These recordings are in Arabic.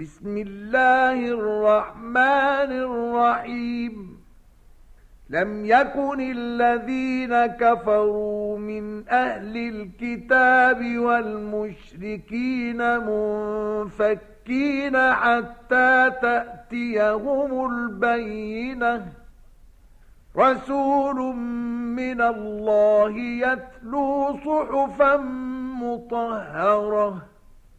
بسم الله الرحمن الرحيم لم يكن الذين كفروا من أهل الكتاب والمشركين منفكين حتى تأتيهم البينة رسول من الله يتلو صحفا مطهرة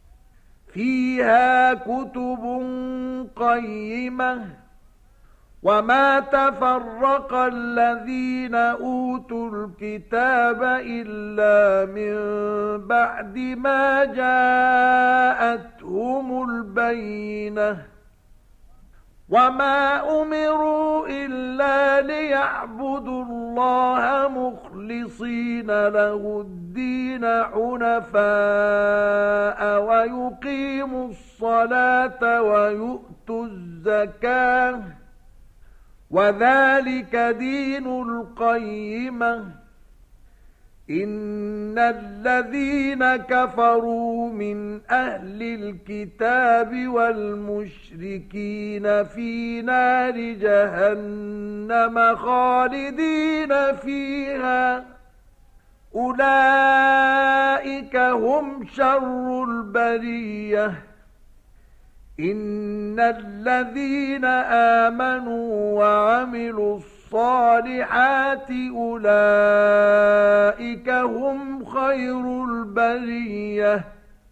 فيها كتب قيمة وما تفرق الذين أوتوا الكتاب إلا من بعد ما جاءتهم البينة وما أمروا إلا ليعبدوا الله مخلصين له الدين حنفاء ويقيموا الصلاة ويؤتوا الزكاة وذلك دين القيمة إن الذين كفروا من أهل الكتاب والمشركين في نار جهنم خالدين فيها أولئك هم شر البرية إن الذين آمنوا وعملوا الصالحات أولئك هم خير البرية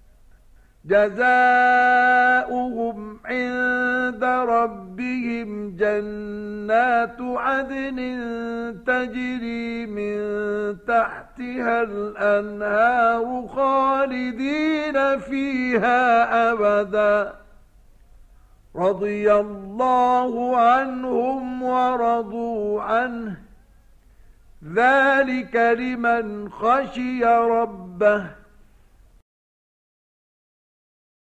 جزاؤهم عند ربهم جنات عدن تجري من تحتها الأنهار خالدين فيها أبداً رضي الله عنهم ورضوا عنه ذلك لمن خشي ربه